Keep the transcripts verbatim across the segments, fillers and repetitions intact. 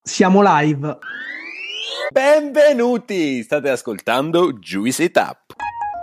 Siamo live. Benvenuti! State ascoltando Juice It Up.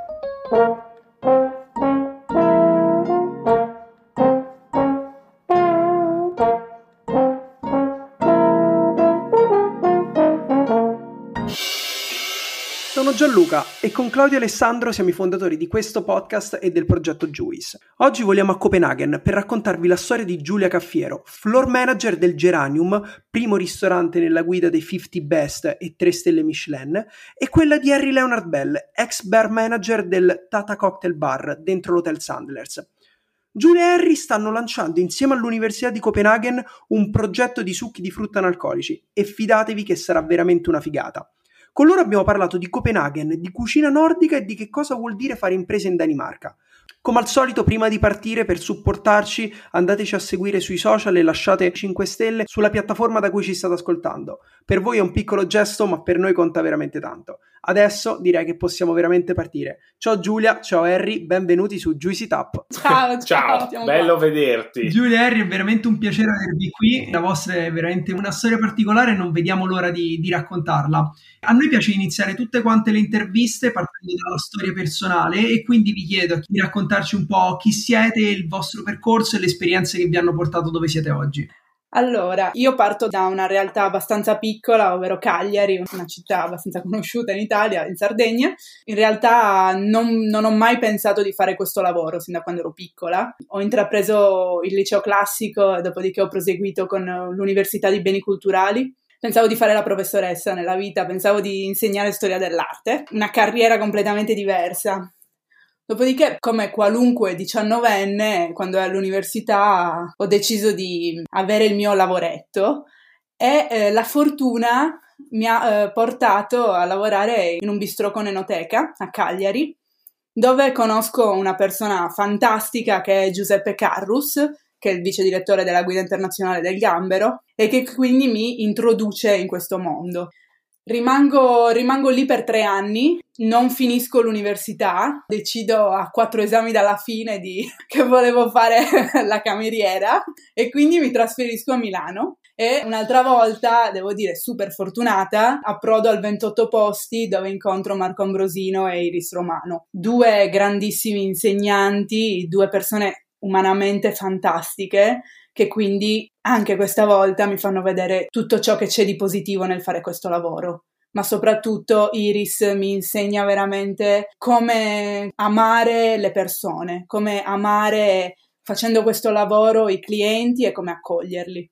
Sono Gianluca e con Claudio Alessandro siamo i fondatori di questo podcast e del progetto Juice. Oggi voliamo a Copenaghen per raccontarvi la storia di Giulia Caffiero, floor manager del Geranium, primo ristorante nella guida dei cinquanta Best e tre stelle Michelin, e quella di Harry Leonard Bell, ex bar manager del Tata Cocktail Bar dentro l'Hotel Sandlers. Giulia e Harry stanno lanciando insieme all'Università di Copenaghen un progetto di succhi di frutta analcolici e fidatevi che sarà veramente una figata. Con loro abbiamo parlato di Copenaghen, di cucina nordica e di che cosa vuol dire fare impresa in Danimarca. Come al solito, prima di partire, per supportarci, andateci a seguire sui social e lasciate cinque stelle sulla piattaforma da cui ci state ascoltando. Per voi è un piccolo gesto, ma per noi conta veramente tanto. Adesso direi che possiamo veramente partire. Ciao Giulia, ciao Harry, benvenuti su Juice It Up. Ciao, ciao, ciao bello qua. vederti. Giulia e Harry, è veramente un piacere avervi qui. La vostra è veramente una storia particolare e non vediamo l'ora di, di raccontarla. A noi piace iniziare tutte quante le interviste partendo dalla storia personale e quindi vi chiedo di raccontarci un po' chi siete, il vostro percorso e le esperienze che vi hanno portato dove siete oggi. Allora, io parto da una realtà abbastanza piccola, ovvero Cagliari, una città abbastanza conosciuta in Italia, in Sardegna. In realtà non, non ho mai pensato di fare questo lavoro sin da quando ero piccola. Ho intrapreso il liceo classico, dopodiché ho proseguito con l'Università di Beni Culturali. Pensavo di fare la professoressa nella vita, pensavo di insegnare storia dell'arte, una carriera completamente diversa. Dopodiché, come qualunque diciannovenne, quando ero all'università, ho deciso di avere il mio lavoretto e eh, la fortuna mi ha eh, portato a lavorare in un bistrò con enoteca a Cagliari, dove conosco una persona fantastica che è Giuseppe Carrus, che è il vice direttore della Guida Internazionale del Gambero e che quindi mi introduce in questo mondo. Rimango, rimango lì per tre anni, non finisco l'università, decido a quattro esami dalla fine di, che volevo fare la cameriera e quindi mi trasferisco a Milano e un'altra volta, devo dire super fortunata, approdo al ventotto posti dove incontro Marco Ambrosino e Iris Romano, due grandissimi insegnanti, due persone umanamente fantastiche che quindi anche questa volta mi fanno vedere tutto ciò che c'è di positivo nel fare questo lavoro. Ma soprattutto Iris mi insegna veramente come amare le persone, come amare facendo questo lavoro i clienti e come accoglierli.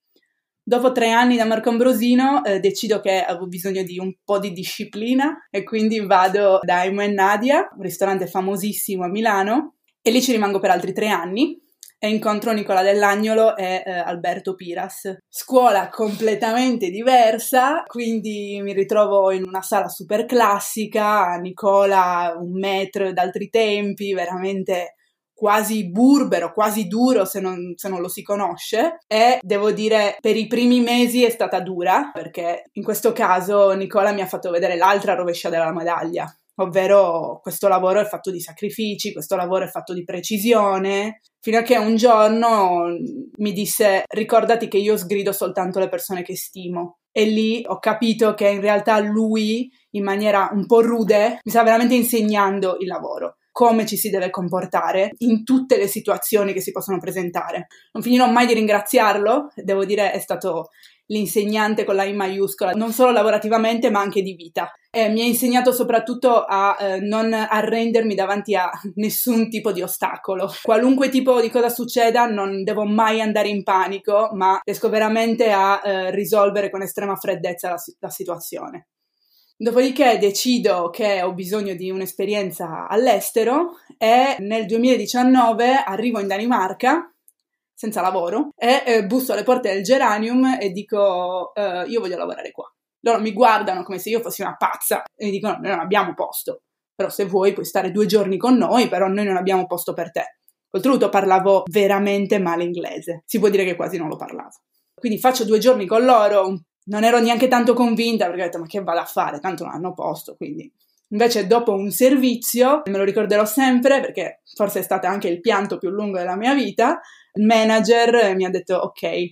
Dopo tre anni da Marco Ambrosino eh, decido che avevo bisogno di un po' di disciplina e quindi vado da Aimo e Nadia, un ristorante famosissimo a Milano, e lì ci rimango per altri tre anni. E incontro Nicola Dell'Agnolo e eh, Alberto Piras. Scuola completamente diversa, quindi mi ritrovo in una sala super classica, Nicola un maître d'altri tempi, veramente quasi burbero, quasi duro se non, se non lo si conosce, e devo dire per i primi mesi è stata dura, perché in questo caso Nicola mi ha fatto vedere l'altra rovescia della medaglia. Ovvero questo lavoro è fatto di sacrifici, questo lavoro è fatto di precisione, fino a che un giorno mi disse ricordati che io sgrido soltanto le persone che stimo. E lì ho capito che in realtà lui, in maniera un po' rude, mi sta veramente insegnando il lavoro, come ci si deve comportare in tutte le situazioni che si possono presentare. Non finirò mai di ringraziarlo, devo dire è stato l'insegnante con la I maiuscola, non solo lavorativamente ma anche di vita. E mi ha insegnato soprattutto a eh, non arrendermi davanti a nessun tipo di ostacolo. Qualunque tipo di cosa succeda non devo mai andare in panico, ma riesco veramente a eh, risolvere con estrema freddezza la, la situazione. Dopodiché decido che ho bisogno di un'esperienza all'estero e nel duemiladiciannove arrivo in Danimarca senza lavoro e eh, busso alle porte del Geranium e dico eh, io voglio lavorare qua. Loro mi guardano come se io fossi una pazza e mi dicono noi non abbiamo posto, però se vuoi puoi stare due giorni con noi, però noi non abbiamo posto per te. Oltretutto parlavo veramente male inglese, si può dire che quasi non lo parlavo. Quindi faccio due giorni con loro, non ero neanche tanto convinta perché ho detto ma che vado a fare, tanto non hanno posto, quindi... Invece dopo un servizio, me lo ricorderò sempre perché forse è stato anche il pianto più lungo della mia vita, il manager mi ha detto ok,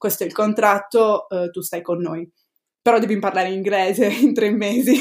questo è il contratto, eh, tu stai con noi, però devi parlare inglese in tre mesi.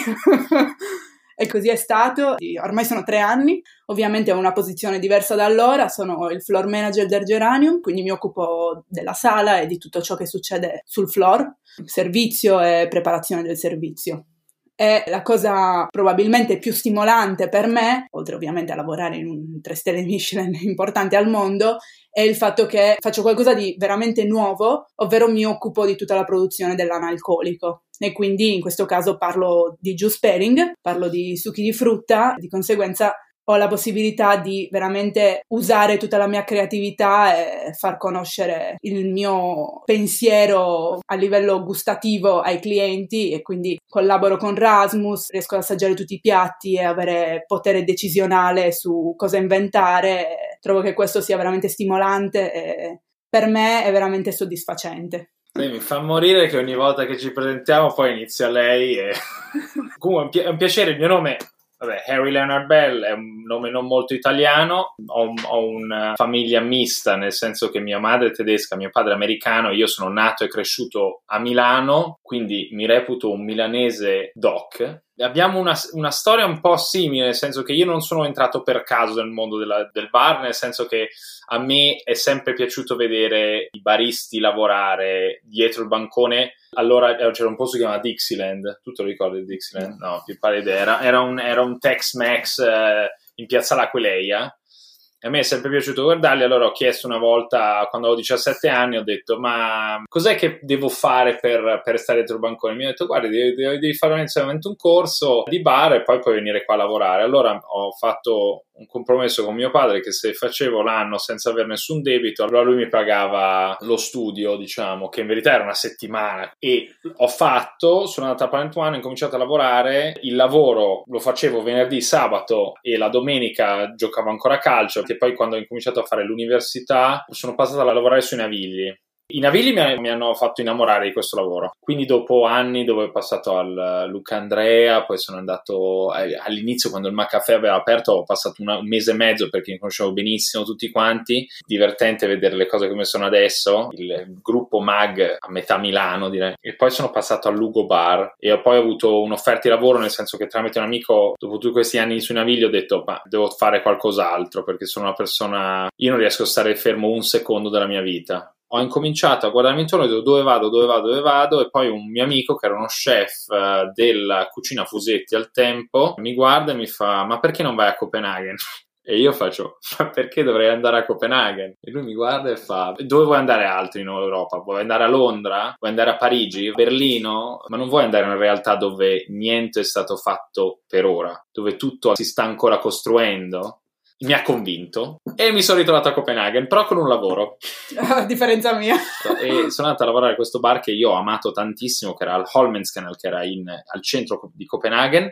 E così è stato. Ormai sono tre anni, ovviamente ho una posizione diversa da allora, sono il floor manager del Geranium, quindi mi occupo della sala e di tutto ciò che succede sul floor, servizio e preparazione del servizio. E la cosa probabilmente più stimolante per me, oltre ovviamente a lavorare in un tre stelle Michelin importante al mondo, è il fatto che faccio qualcosa di veramente nuovo, ovvero mi occupo di tutta la produzione dell'analcolico. E quindi in questo caso parlo di juice pairing, parlo di succhi di frutta, di conseguenza ho la possibilità di veramente usare tutta la mia creatività e far conoscere il mio pensiero a livello gustativo ai clienti, e quindi collaboro con Rasmus, riesco ad assaggiare tutti i piatti e avere potere decisionale su cosa inventare. Trovo che questo sia veramente stimolante e per me è veramente soddisfacente. Mi fa morire che ogni volta che ci presentiamo poi inizia lei e... Comunque è un, pi- è un piacere, il mio nome... Vabbè, Harry Leonard Bell è un nome non molto italiano, ho, ho una famiglia mista, nel senso che mia madre è tedesca, mio padre è americano, io sono nato e cresciuto a Milano, quindi mi reputo un milanese doc. Abbiamo una, una storia un po' simile, nel senso che io non sono entrato per caso nel mondo della, del bar, nel senso che a me è sempre piaciuto vedere i baristi lavorare dietro il bancone. Allora c'era un posto che si chiama Dixieland, tu te lo ricordi di Dixieland? No, più pare idea, era, era, un, era un Tex-Mex eh, in piazza L'Aquileia. A me è sempre piaciuto guardarli, allora ho chiesto una volta, quando avevo diciassette anni, ho detto ma cos'è che devo fare per, per stare dietro il bancone? Mi ha detto guarda, devi, devi fare inizialmente un corso di bar e poi puoi venire qua a lavorare. Allora ho fatto un compromesso con mio padre che se facevo l'anno senza avere nessun debito, allora lui mi pagava lo studio, diciamo, che in verità era una settimana, e ho fatto, sono andato a Plant One, ho incominciato a lavorare, il lavoro lo facevo venerdì, sabato e la domenica giocavo ancora a calcio, e poi quando ho incominciato a fare l'università sono passato a lavorare sui navigli. I navigli mi, mi hanno fatto innamorare di questo lavoro, quindi dopo anni dove ho passato al Luca Andrea, poi sono andato eh, all'inizio quando il McCaffè aveva aperto, ho passato una, un mese e mezzo perché mi conoscevo benissimo tutti quanti, divertente vedere le cose come sono adesso, il, il gruppo Mag a metà Milano direi, e poi sono passato al Lugo Bar e ho poi avuto un'offerta di lavoro, nel senso che tramite un amico dopo tutti questi anni sui navigli ho detto ma devo fare qualcos'altro perché sono una persona, io non riesco a stare fermo un secondo della mia vita. Ho incominciato a guardarmi intorno e ho detto dove vado, dove vado, dove vado, e poi un mio amico che era uno chef uh, della cucina Fusetti al tempo mi guarda e mi fa ma perché non vai a Copenaghen? E io faccio ma perché dovrei andare a Copenaghen? E lui mi guarda e fa dove vuoi andare altro in Europa? Vuoi andare a Londra? Vuoi andare a Parigi? Berlino? Ma non vuoi andare in una realtà dove niente è stato fatto per ora, dove tutto si sta ancora costruendo? Mi ha convinto e mi sono ritrovato a Copenaghen, però con un lavoro. A differenza mia. E sono andato a lavorare a questo bar che io ho amato tantissimo, che era al Holmenskanaal, che era in, al centro di Copenaghen,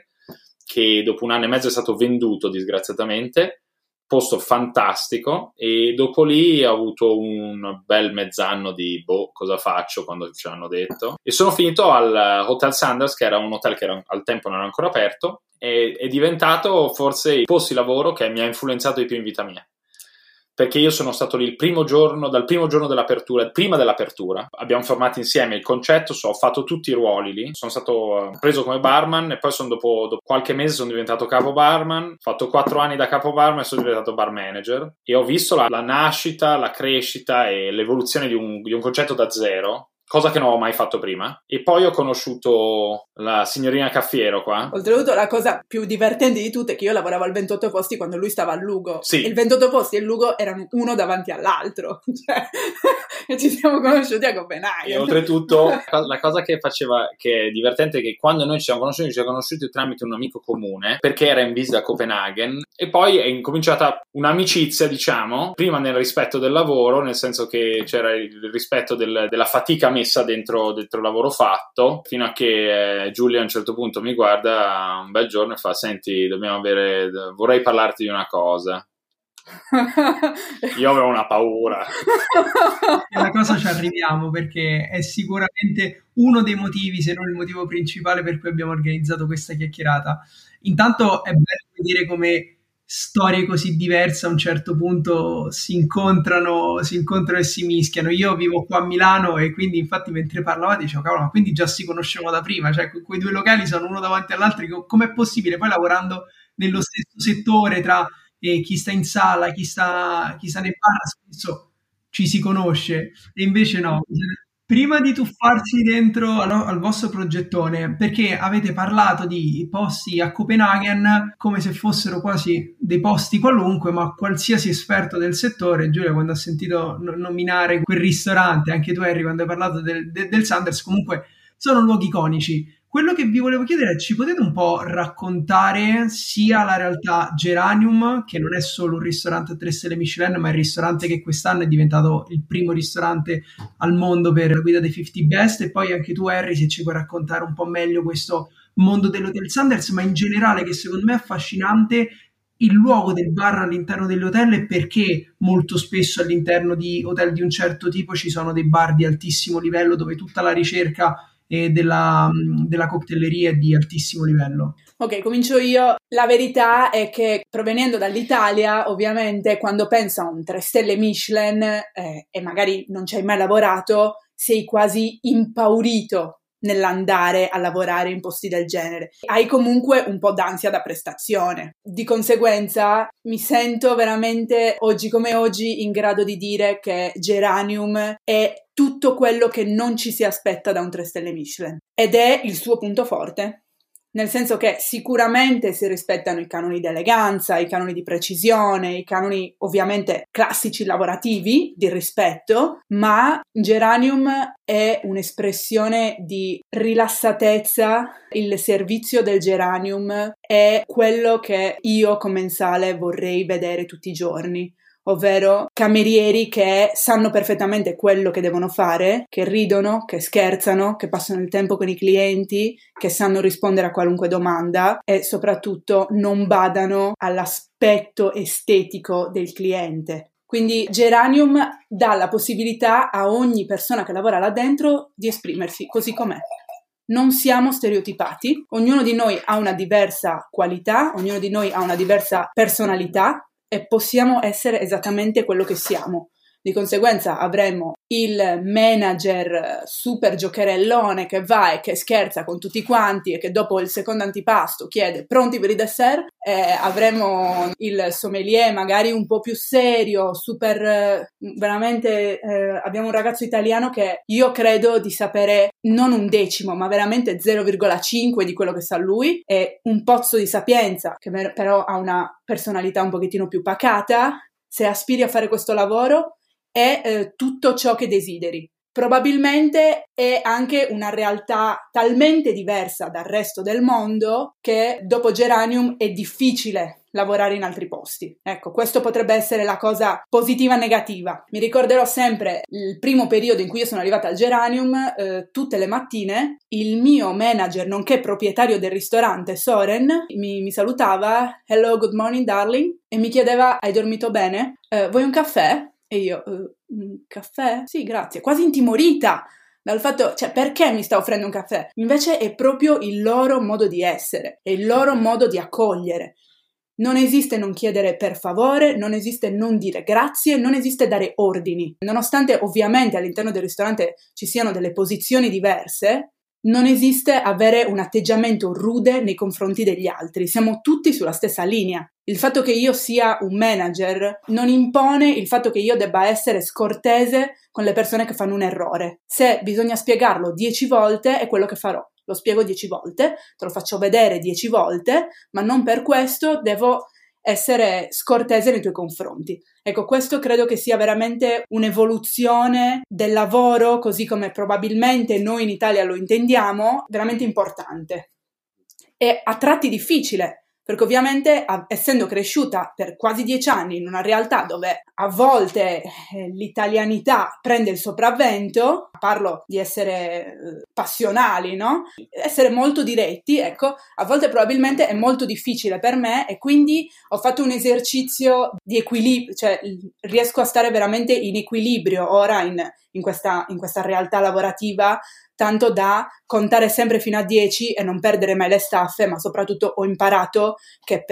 che dopo un anno e mezzo è stato venduto disgraziatamente, posto fantastico, e dopo lì ho avuto un bel mezz'anno di boh, cosa faccio quando ce l'hanno detto, e sono finito al Hotel Sanders, che era un hotel che era, al tempo non era ancora aperto, e è diventato forse il posto di lavoro che mi ha influenzato di più in vita mia, perché io sono stato lì il primo giorno, dal primo giorno dell'apertura, prima dell'apertura, abbiamo formato insieme il concetto, so, ho fatto tutti i ruoli lì, sono stato preso come barman e poi sono dopo, dopo qualche mese sono diventato capo barman, ho fatto quattro anni da capo barman e sono diventato bar manager, e ho visto la, la nascita, la crescita e l'evoluzione di un, di un concetto da zero, cosa che non ho mai fatto prima. E poi ho conosciuto la signorina Caffiero qua. Oltretutto la cosa più divertente di tutte è che io lavoravo al ventotto posti quando lui stava al Lugo. Sì. Il ventotto posti e il Lugo erano uno davanti all'altro. Cioè, e ci siamo conosciuti a Copenaghen. E oltretutto la cosa che faceva, che è divertente, è che quando noi ci siamo conosciuti, ci siamo conosciuti tramite un amico comune, perché era in visita a Copenaghen, e poi è incominciata un'amicizia, diciamo, prima nel rispetto del lavoro, nel senso che c'era il rispetto del, della fatica messa dentro, dentro il lavoro fatto, fino a che eh, Giulia a un certo punto mi guarda un bel giorno e fa senti, dobbiamo avere, vorrei parlarti di una cosa. Io avevo una paura. E alla cosa ci arriviamo, perché è sicuramente uno dei motivi, se non il motivo principale per cui abbiamo organizzato questa chiacchierata. Intanto è bello vedere come storie così diverse a un certo punto si incontrano, si incontrano e si mischiano. Io vivo qua a Milano e quindi infatti mentre parlavate dicevo, cavolo, ma quindi già si conoscevano da prima, cioè que- quei due locali sono uno davanti all'altro, co- com'è possibile? Poi lavorando nello stesso settore tra eh, chi sta in sala, chi sta, chi sta nel bar, spesso ci si conosce e invece no. Prima di tuffarsi dentro al, al vostro progettone, perché avete parlato di posti a Copenaghen come se fossero quasi dei posti qualunque, ma qualsiasi esperto del settore, Giulia, quando ha sentito no- nominare quel ristorante, anche tu Harry, quando hai parlato del, del, del Sanders, comunque sono luoghi iconici. Quello che vi volevo chiedere è, ci potete un po' raccontare sia la realtà Geranium, che non è solo un ristorante a tre stelle Michelin, ma è il ristorante che quest'anno è diventato il primo ristorante al mondo per la guida dei cinquanta Best, e poi anche tu Harry, se ci puoi raccontare un po' meglio questo mondo dell'Hotel Sanders, ma in generale, che secondo me è affascinante, il luogo del bar all'interno degli hotel, e perché molto spesso all'interno di hotel di un certo tipo ci sono dei bar di altissimo livello dove tutta la ricerca eh, della, della coctelleria è di altissimo livello. Ok, comincio io. La verità è che provenendo dall'Italia, ovviamente, quando pensa a un tre stelle Michelin eh, e magari non ci hai mai lavorato, sei quasi impaurito nell'andare a lavorare in posti del genere. Hai comunque un po' d'ansia da prestazione. Di conseguenza mi sento veramente oggi come oggi in grado di dire che Geranium è tutto quello che non ci si aspetta da un tre stelle Michelin ed è il suo punto forte. Nel senso che sicuramente si rispettano i canoni di eleganza, i canoni di precisione, i canoni ovviamente classici lavorativi di rispetto, ma Geranium è un'espressione di rilassatezza. Il servizio del Geranium è quello che io commensale vorrei vedere tutti i giorni, ovvero camerieri che sanno perfettamente quello che devono fare, che ridono, che scherzano, che passano il tempo con i clienti, che sanno rispondere a qualunque domanda e soprattutto non badano all'aspetto estetico del cliente. Quindi Geranium dà la possibilità a ogni persona che lavora là dentro di esprimersi così com'è. Non siamo stereotipati, ognuno di noi ha una diversa qualità, ognuno di noi ha una diversa personalità, e possiamo essere esattamente quello che siamo. Di conseguenza avremo il manager super giocherellone che va e che scherza con tutti quanti e che dopo il secondo antipasto chiede pronti per i dessert, eh, avremo il sommelier magari un po' più serio, super eh, veramente eh, abbiamo un ragazzo italiano che io credo di sapere non un decimo ma veramente zero virgola cinque di quello che sa lui, e un pozzo di sapienza che però ha una personalità un pochettino più pacata. Se aspiri a fare questo lavoro è eh, tutto ciò che desideri. Probabilmente è anche una realtà talmente diversa dal resto del mondo che dopo Geranium è difficile lavorare in altri posti. Ecco, questo potrebbe essere la cosa positiva e negativa. Mi ricorderò sempre il primo periodo in cui io sono arrivata al Geranium, eh, tutte le mattine il mio manager, nonché proprietario del ristorante, Soren, mi, mi salutava, hello, good morning darling, e mi chiedeva, hai dormito bene? Eh, vuoi un caffè? E io, uh, un caffè? Sì, grazie. Quasi intimorita dal fatto, cioè, perché mi sta offrendo un caffè? Invece è proprio il loro modo di essere, è il loro modo di accogliere. Non esiste non chiedere per favore, non esiste non dire grazie, non esiste dare ordini. Nonostante ovviamente all'interno del ristorante ci siano delle posizioni diverse, non esiste avere un atteggiamento rude nei confronti degli altri, siamo tutti sulla stessa linea. Il fatto che io sia un manager non impone il fatto che io debba essere scortese con le persone che fanno un errore. Se bisogna spiegarlo dieci volte è quello che farò, lo spiego dieci volte, te lo faccio vedere dieci volte, ma non per questo devo essere scortese nei tuoi confronti. Ecco, questo credo che sia veramente un'evoluzione del lavoro, così come probabilmente noi in Italia lo intendiamo, veramente importante. E a tratti difficile, perché ovviamente a, essendo cresciuta per quasi dieci anni in una realtà dove a volte eh, l'italianità prende il sopravvento, parlo di essere eh, passionali, no? Essere molto diretti, ecco, a volte probabilmente è molto difficile per me, e quindi ho fatto un esercizio di equilibrio, cioè riesco a stare veramente in equilibrio ora in, in, questa, in questa realtà lavorativa, tanto da contare sempre fino a dieci e non perdere mai le staffe, ma soprattutto ho imparato che per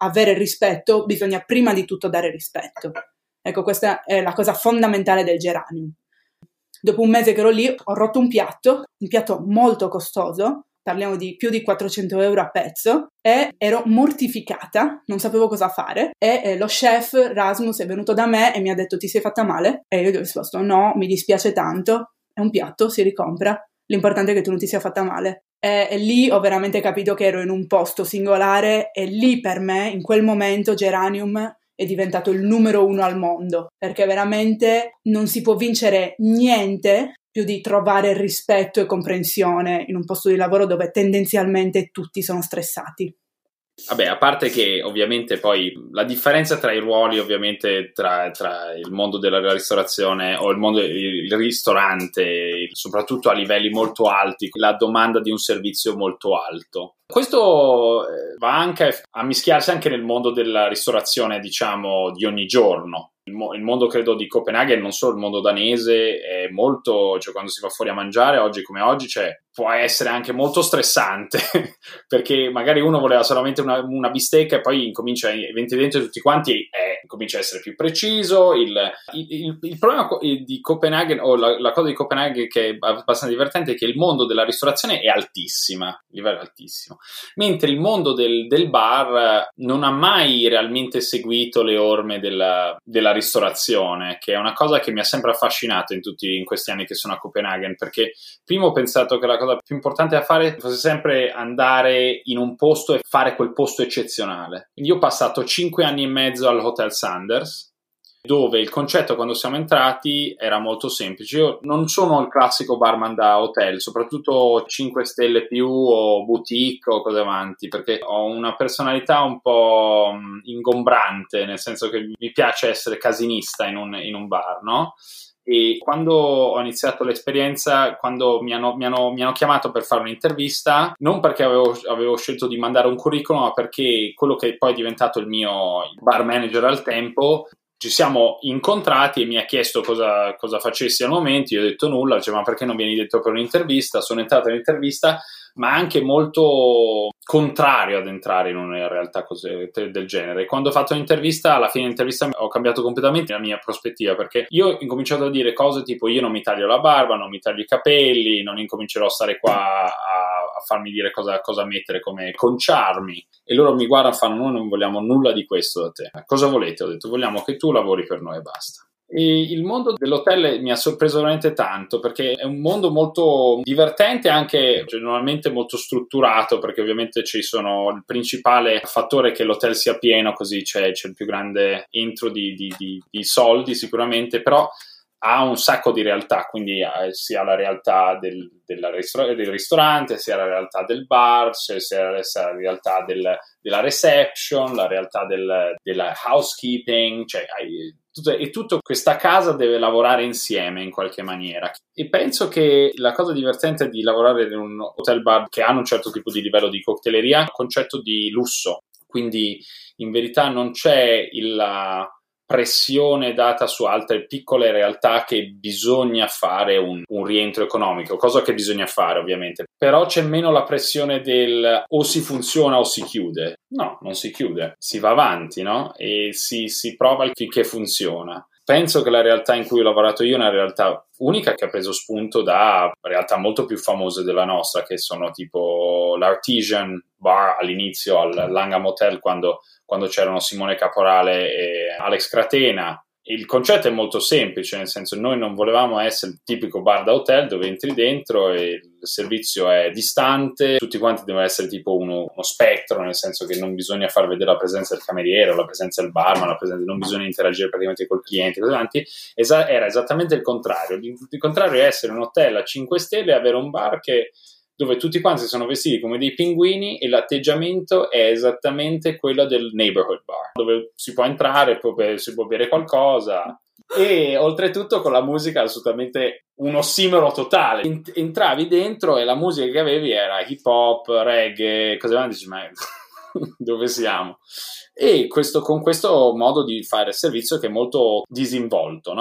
avere rispetto, bisogna prima di tutto dare rispetto. Ecco, questa è la cosa fondamentale del Geranium. Dopo un mese che ero lì, ho rotto un piatto, un piatto molto costoso, parliamo di più di quattrocento euro a pezzo, e ero mortificata, non sapevo cosa fare, e eh, lo chef Rasmus è venuto da me e mi ha detto: ti sei fatta male? E io gli ho risposto: no, mi dispiace tanto, è un piatto, si ricompra, l'importante è che tu non ti sia fatta male. E, e lì ho veramente capito che ero in un posto singolare, e lì per me, in quel momento, Geranium è diventato il numero uno al mondo, perché veramente non si può vincere niente più di trovare rispetto e comprensione in un posto di lavoro dove tendenzialmente tutti sono stressati. Vabbè, a parte che ovviamente poi la differenza tra i ruoli, ovviamente tra, tra il mondo della ristorazione o il mondo del ristorante, soprattutto a livelli molto alti, la domanda di un servizio molto alto. Questo va anche a mischiarsi anche nel mondo della ristorazione, diciamo, di ogni giorno. Il, mo- il mondo, credo, di Copenaghen, non solo il mondo danese, è molto, cioè quando si va fuori a mangiare, oggi come oggi, cioè, può essere anche molto stressante, perché magari uno voleva solamente una, una bistecca e poi incomincia a metti dentro tutti quanti e comincia a essere più preciso. Il, il, il, il problema di Copenaghen, o la, la cosa di Copenaghen che è abbastanza divertente, è che il mondo della ristorazione è altissima, il livello è altissimo, mentre il mondo del, del bar non ha mai realmente seguito le orme della, della ristorazione, che è una cosa che mi ha sempre affascinato in tutti in questi anni che sono a Copenaghen, perché prima ho pensato che la cosa più importante da fare fosse sempre andare in un posto e fare quel posto eccezionale. Quindi io ho passato cinque anni e mezzo al Hotel Sanders, dove il concetto quando siamo entrati era molto semplice. Io non sono il classico barman da hotel, soprattutto cinque stelle più o boutique o cose avanti, perché ho una personalità un po' ingombrante, nel senso che mi piace essere casinista in un, in un bar, no? E quando ho iniziato l'esperienza, quando mi hanno, mi hanno, mi hanno chiamato per fare un'intervista, non perché avevo, avevo scelto di mandare un curriculum, ma perché quello che poi è diventato il mio bar manager al tempo, ci siamo incontrati e mi ha chiesto cosa, cosa facessi al momento. Io ho detto nulla, dice: ma perché non vieni detto per un'intervista? Sono entrato all'intervista, ma anche molto contrario ad entrare in una realtà così, del genere. Quando ho fatto l'intervista, alla fine dell'intervista ho cambiato completamente la mia prospettiva, perché io ho incominciato a dire cose tipo: io non mi taglio la barba, non mi taglio i capelli, non incomincerò a stare qua a, a farmi dire cosa, cosa mettere come conciarmi. E loro mi guardano e fanno: noi non vogliamo nulla di questo da te. Cosa volete? Ho detto: vogliamo che tu lavori per noi e basta. E il mondo dell'hotel mi ha sorpreso veramente tanto, perché è un mondo molto divertente, anche generalmente molto strutturato, perché ovviamente ci sono il principale fattore che l'hotel sia pieno, così c'è, c'è il più grande entro di, di, di, di soldi sicuramente, però ha un sacco di realtà, quindi eh, sia la realtà del, della ristor- del ristorante, sia la realtà del bar, sia, sia, sia la realtà del, della reception, la realtà del, della housekeeping, cioè hai, tutto, e tutta questa casa deve lavorare insieme in qualche maniera. E penso che la cosa divertente di lavorare in un hotel bar che hanno un certo tipo di livello di cocktaileria è un concetto di lusso, quindi in verità non c'è il pressione data su altre piccole realtà che bisogna fare un, un rientro economico, cosa che bisogna fare ovviamente, però c'è meno la pressione del o si funziona o si chiude. No, non si chiude, si va avanti, no? E si, si prova finché funziona. Penso che la realtà in cui ho lavorato io è una realtà unica che ha preso spunto da realtà molto più famose della nostra, che sono tipo l'Artesian Bar all'inizio al Langham Hotel, quando, quando c'erano Simone Caporale e Alex Cratena. Il concetto è molto semplice, nel senso, noi non volevamo essere il tipico bar da hotel dove entri dentro e il servizio è distante, tutti quanti devono essere tipo uno, uno spettro, nel senso che non bisogna far vedere la presenza del cameriere o la presenza del barman, la presenza, non bisogna interagire praticamente col cliente, così avanti. Esa- era esattamente il contrario. Il, il contrario è essere un hotel a cinque stelle e avere un bar che dove tutti quanti sono vestiti come dei pinguini e l'atteggiamento è esattamente quello del neighborhood bar, dove si può entrare, può, si può bere qualcosa e oltretutto con la musica assolutamente un ossimoro totale. Entravi dentro e la musica che avevi era hip hop, reggae, cose avanti, dici, ma dove siamo? E questo, con questo modo di fare servizio che è molto disinvolto, no?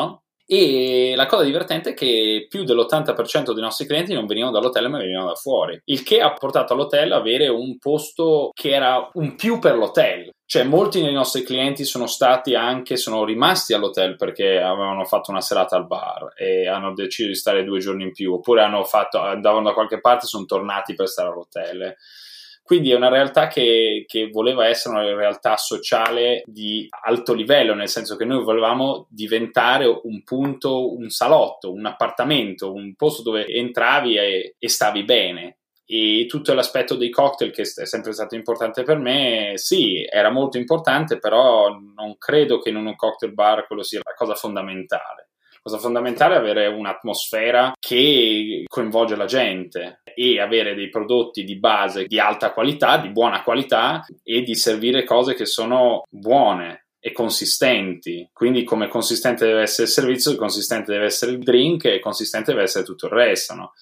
E la cosa divertente è che più dell'ottanta per cento dei nostri clienti non venivano dall'hotel ma venivano da fuori, il che ha portato all'hotel a avere un posto che era un più per l'hotel. Cioè molti dei nostri clienti sono stati anche, sono rimasti all'hotel perché avevano fatto una serata al bar e hanno deciso di stare due giorni in più, oppure hanno fatto, andavano da qualche parte e sono tornati per stare all'hotel. Quindi è una realtà che, che voleva essere una realtà sociale di alto livello, nel senso che noi volevamo diventare un punto, un salotto, un appartamento, un posto dove entravi e, e stavi bene. E tutto l'aspetto dei cocktail, che è sempre stato importante per me, sì, era molto importante, però non credo che in un cocktail bar quello sia la cosa fondamentale. La cosa fondamentale è avere un'atmosfera che coinvolge la gente e avere dei prodotti di base di alta qualità, di buona qualità, e di servire cose che sono buone e consistenti. Quindi come consistente deve essere il servizio, consistente deve essere il drink e consistente deve essere tutto il resto, no?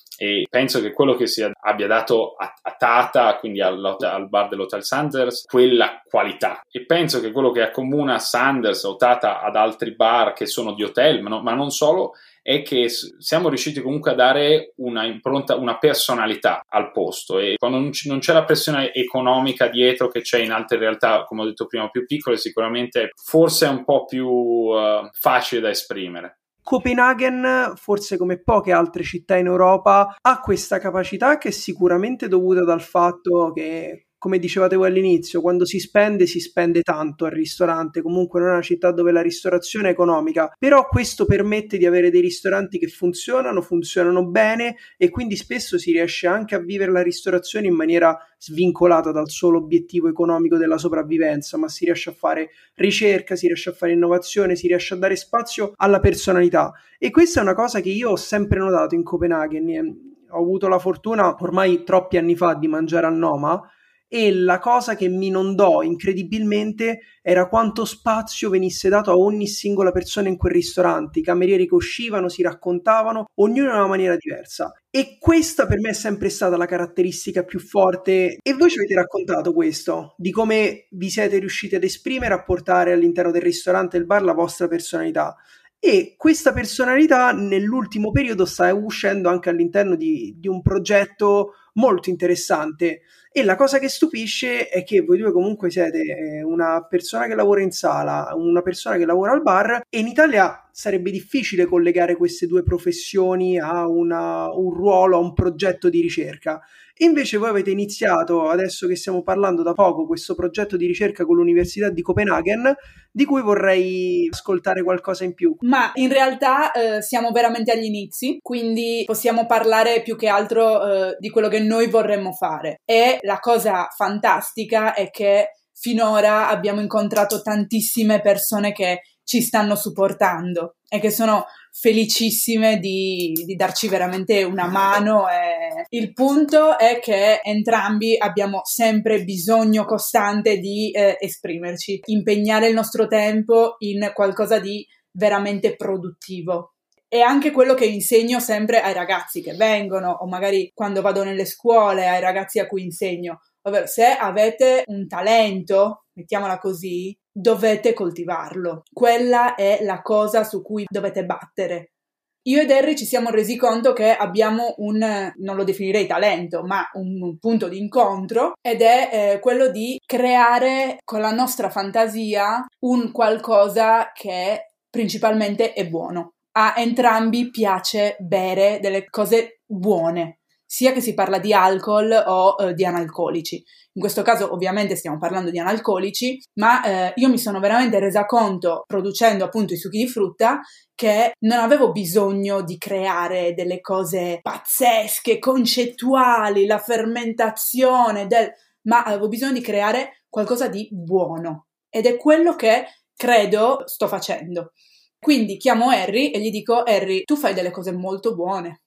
E penso che quello che si abbia dato a, a Tata, quindi al, al bar dell'Hotel Sanders, quella qualità. E penso che quello che accomuna Sanders o Tata ad altri bar che sono di hotel, ma, no, ma non solo, è che siamo riusciti comunque a dare una impronta, una personalità al posto, e quando non, c- non c'è la pressione economica dietro che c'è in altre realtà, come ho detto prima, più piccole, sicuramente forse è un po' più uh, facile da esprimere. Copenaghen, forse come poche altre città in Europa, ha questa capacità che è sicuramente dovuta dal fatto che, come dicevate voi all'inizio, quando si spende, si spende tanto al ristorante. Comunque non è una città dove la ristorazione è economica, però questo permette di avere dei ristoranti che funzionano, funzionano bene, e quindi spesso si riesce anche a vivere la ristorazione in maniera svincolata dal solo obiettivo economico della sopravvivenza, ma si riesce a fare ricerca, si riesce a fare innovazione, si riesce a dare spazio alla personalità. E questa è una cosa che io ho sempre notato in Copenaghen. Ho avuto la fortuna ormai troppi anni fa di mangiare al Noma, e la cosa che mi inondò incredibilmente era quanto spazio venisse dato a ogni singola persona in quel ristorante. I camerieri che uscivano si raccontavano, ognuno in una maniera diversa, e questa per me è sempre stata la caratteristica più forte. E voi ci avete raccontato questo, di come vi siete riusciti ad esprimere, a portare all'interno del ristorante e del bar la vostra personalità. E questa personalità nell'ultimo periodo sta uscendo anche all'interno di, di un progetto molto interessante. E la cosa che stupisce è che voi due comunque siete una persona che lavora in sala, una persona che lavora al bar, e in Italia sarebbe difficile collegare queste due professioni a una, un ruolo, a un progetto di ricerca. Invece voi avete iniziato, adesso che stiamo parlando da poco, questo progetto di ricerca con l'Università di Copenaghen, di cui vorrei ascoltare qualcosa in più. Ma in realtà eh, siamo veramente agli inizi, quindi possiamo parlare più che altro eh, di quello che noi vorremmo fare. E la cosa fantastica è che finora abbiamo incontrato tantissime persone che ci stanno supportando e che sono felicissime di, di darci veramente una mano. E il punto è che entrambi abbiamo sempre bisogno costante di eh, esprimerci, impegnare il nostro tempo in qualcosa di veramente produttivo. E anche quello che insegno sempre ai ragazzi che vengono, o magari quando vado nelle scuole, ai ragazzi a cui insegno, ovvero se avete un talento, mettiamola così, dovete coltivarlo. Quella è la cosa su cui dovete battere. Io ed Harry ci siamo resi conto che abbiamo un, non lo definirei talento, ma un, un punto di incontro, ed è eh, quello di creare con la nostra fantasia un qualcosa che principalmente è buono. A entrambi piace bere delle cose buone, sia che si parla di alcol o eh, di analcolici. In questo caso ovviamente stiamo parlando di analcolici, ma eh, io mi sono veramente resa conto, producendo appunto i succhi di frutta, che non avevo bisogno di creare delle cose pazzesche, concettuali, la fermentazione del... ma avevo bisogno di creare qualcosa di buono. Ed è quello che credo sto facendo. Quindi chiamo Harry e gli dico: Harry, tu fai delle cose molto buone.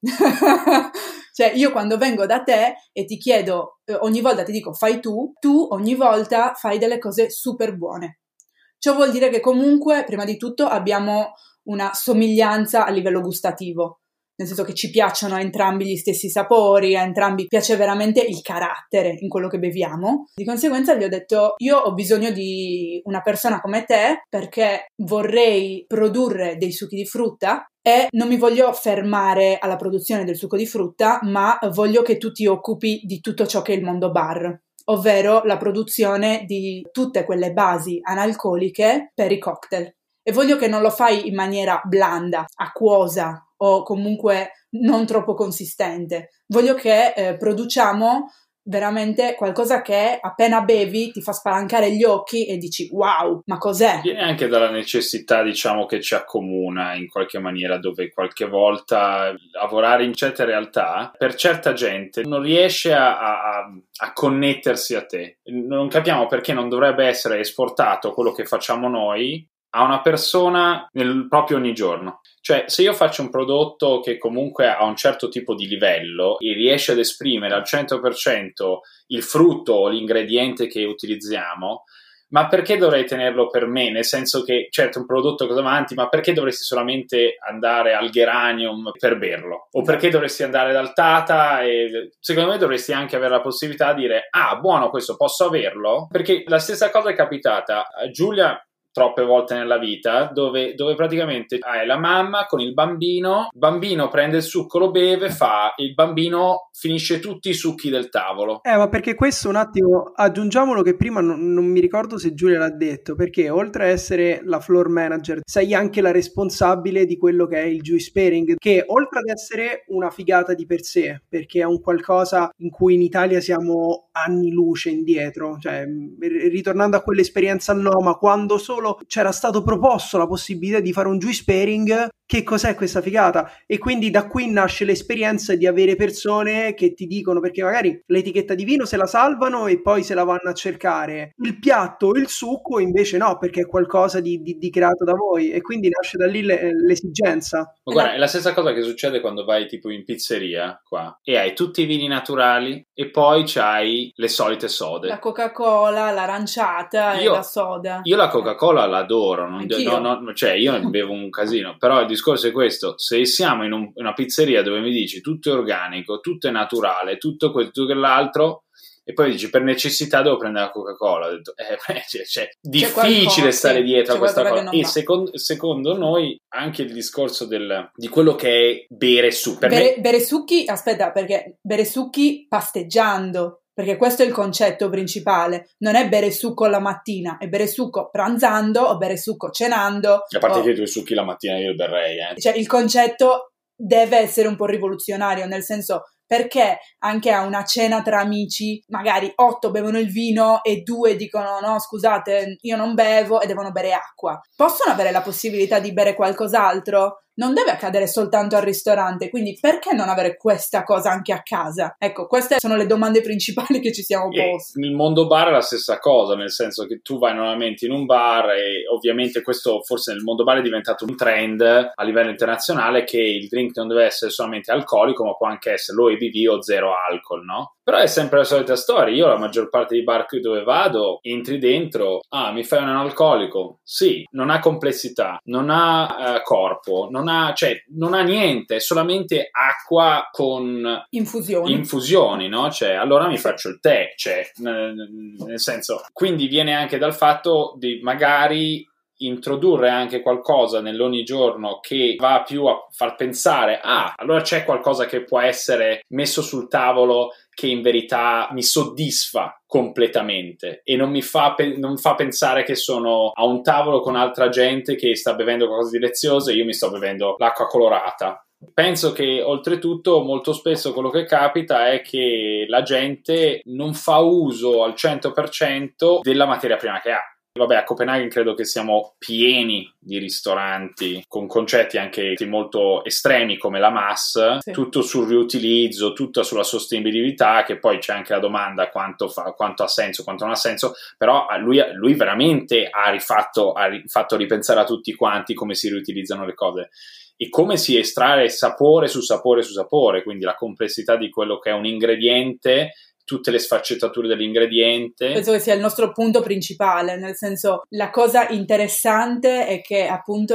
Cioè, io quando vengo da te e ti chiedo, eh, ogni volta ti dico fai tu, tu ogni volta fai delle cose super buone. Ciò vuol dire che comunque, prima di tutto, abbiamo una somiglianza a livello gustativo. nel senso che ci piacciono a entrambi gli stessi sapori, a entrambi piace veramente il carattere in quello che beviamo. Di conseguenza gli ho detto: io ho bisogno di una persona come te perché vorrei produrre dei succhi di frutta e non mi voglio fermare alla produzione del succo di frutta, ma voglio che tu ti occupi di tutto ciò che è il mondo bar, ovvero la produzione di tutte quelle basi analcoliche per i cocktail. E voglio che non lo fai in maniera blanda, acquosa o comunque non troppo consistente. Voglio che eh, produciamo veramente qualcosa che appena bevi ti fa spalancare gli occhi e dici wow, ma cos'è? Viene anche dalla necessità, diciamo, che ci accomuna in qualche maniera, dove qualche volta lavorare in certe realtà per certa gente non riesce a, a, a connettersi a te. Non capiamo perché non dovrebbe essere esportato quello che facciamo noi a una persona nel proprio ogni giorno. Cioè, se io faccio un prodotto che comunque ha un certo tipo di livello e riesce ad esprimere al cento per cento il frutto o l'ingrediente che utilizziamo, ma perché dovrei tenerlo per me? Nel senso che, certo, un prodotto cosa avanti, ma perché dovresti solamente andare al Geranium per berlo? O perché dovresti andare dal Tata? E secondo me dovresti anche avere la possibilità di dire: ah, buono, questo posso averlo? Perché la stessa cosa è capitata a Giulia troppe volte nella vita, dove, dove praticamente hai la mamma con il bambino, il bambino prende il succo, lo beve, fa, il bambino finisce tutti i succhi del tavolo. Eh, ma perché questo un attimo, aggiungiamolo che prima non, non mi ricordo se Giulia l'ha detto, perché oltre a essere la floor manager, sei anche la responsabile di quello che è il juice pairing, che oltre ad essere una figata di per sé, perché è un qualcosa in cui in Italia siamo anni luce indietro, cioè ritornando a quell'esperienza a Noma, quando solo c'era stato proposto la possibilità di fare un juice pairing, che cos'è questa figata? E quindi da qui nasce l'esperienza di avere persone che ti dicono, perché magari l'etichetta di vino se la salvano e poi se la vanno a cercare, il piatto, il succo invece no, perché è qualcosa di, di, di creato da voi, e quindi nasce da lì le, l'esigenza. Ma guarda, è la stessa cosa che succede quando vai tipo in pizzeria qua e hai tutti i vini naturali e poi c'hai le solite sode, la Coca-Cola, l'aranciata io, e la soda. Io la Coca-Cola l'adoro, non, Anch'io. no, no, cioè io ne bevo un casino, però il discorso è questo: se siamo in un, una pizzeria dove mi dici tutto è organico, tutto è naturale, tutto quello, tutto quell'altro, e poi dici per necessità devo prendere la Coca-Cola, ho detto, eh, cioè, cioè, difficile stare sì, dietro a questa cosa. E va. secondo, secondo noi anche il discorso del, di quello che è bere su per bere, me... bere succhi, aspetta, perché bere succhi pasteggiando, perché questo è il concetto principale, non è bere succo la mattina, è bere succo pranzando o bere succo cenando. A parte o... che i tuoi succhi la mattina io li berrei, eh. Cioè il concetto deve essere un po' rivoluzionario, nel senso, perché anche a una cena tra amici magari otto bevono il vino e due dicono no scusate io non bevo e devono bere acqua, possono avere la possibilità di bere qualcos'altro? Non deve accadere soltanto al ristorante, quindi perché non avere questa cosa anche a casa? Ecco, queste sono le domande principali che ci siamo posti. Nel mondo bar è la stessa cosa, nel senso che tu vai normalmente in un bar e ovviamente questo forse nel mondo bar è diventato un trend a livello internazionale, che il drink non deve essere solamente alcolico, ma può anche essere low A B V o zero alcol, no? Però è sempre la solita storia. Io la maggior parte dei bar dove vado, entri dentro, ah, mi fai un analcolico? Sì, non ha complessità, non ha uh, corpo, non ha, cioè, non ha niente, è solamente acqua con infusioni, infusioni, no? Cioè, allora mi faccio il tè, cioè, nel senso, quindi viene anche dal fatto di magari introdurre anche qualcosa nell'ogni giorno che va più a far pensare, ah, allora c'è qualcosa che può essere messo sul tavolo che in verità mi soddisfa completamente e non mi fa, pe- non fa pensare che sono a un tavolo con altra gente che sta bevendo qualcosa di delizioso e io mi sto bevendo l'acqua colorata. Penso che oltretutto molto spesso quello che capita è che la gente non fa uso al cento per cento della materia prima che ha. Vabbè, a Copenaghen credo che siamo pieni di ristoranti con concetti anche molto estremi come la M A S, sì. Tutto sul riutilizzo, tutto sulla sostenibilità, che poi c'è anche la domanda quanto, fa, quanto ha senso, quanto non ha senso, però lui, lui veramente ha rifatto, ha fatto ripensare a tutti quanti come si riutilizzano le cose e come si estrae sapore su sapore su sapore, quindi la complessità di quello che è un ingrediente, tutte le sfaccettature dell'ingrediente. Penso che sia il nostro punto principale, nel senso, la cosa interessante è che appunto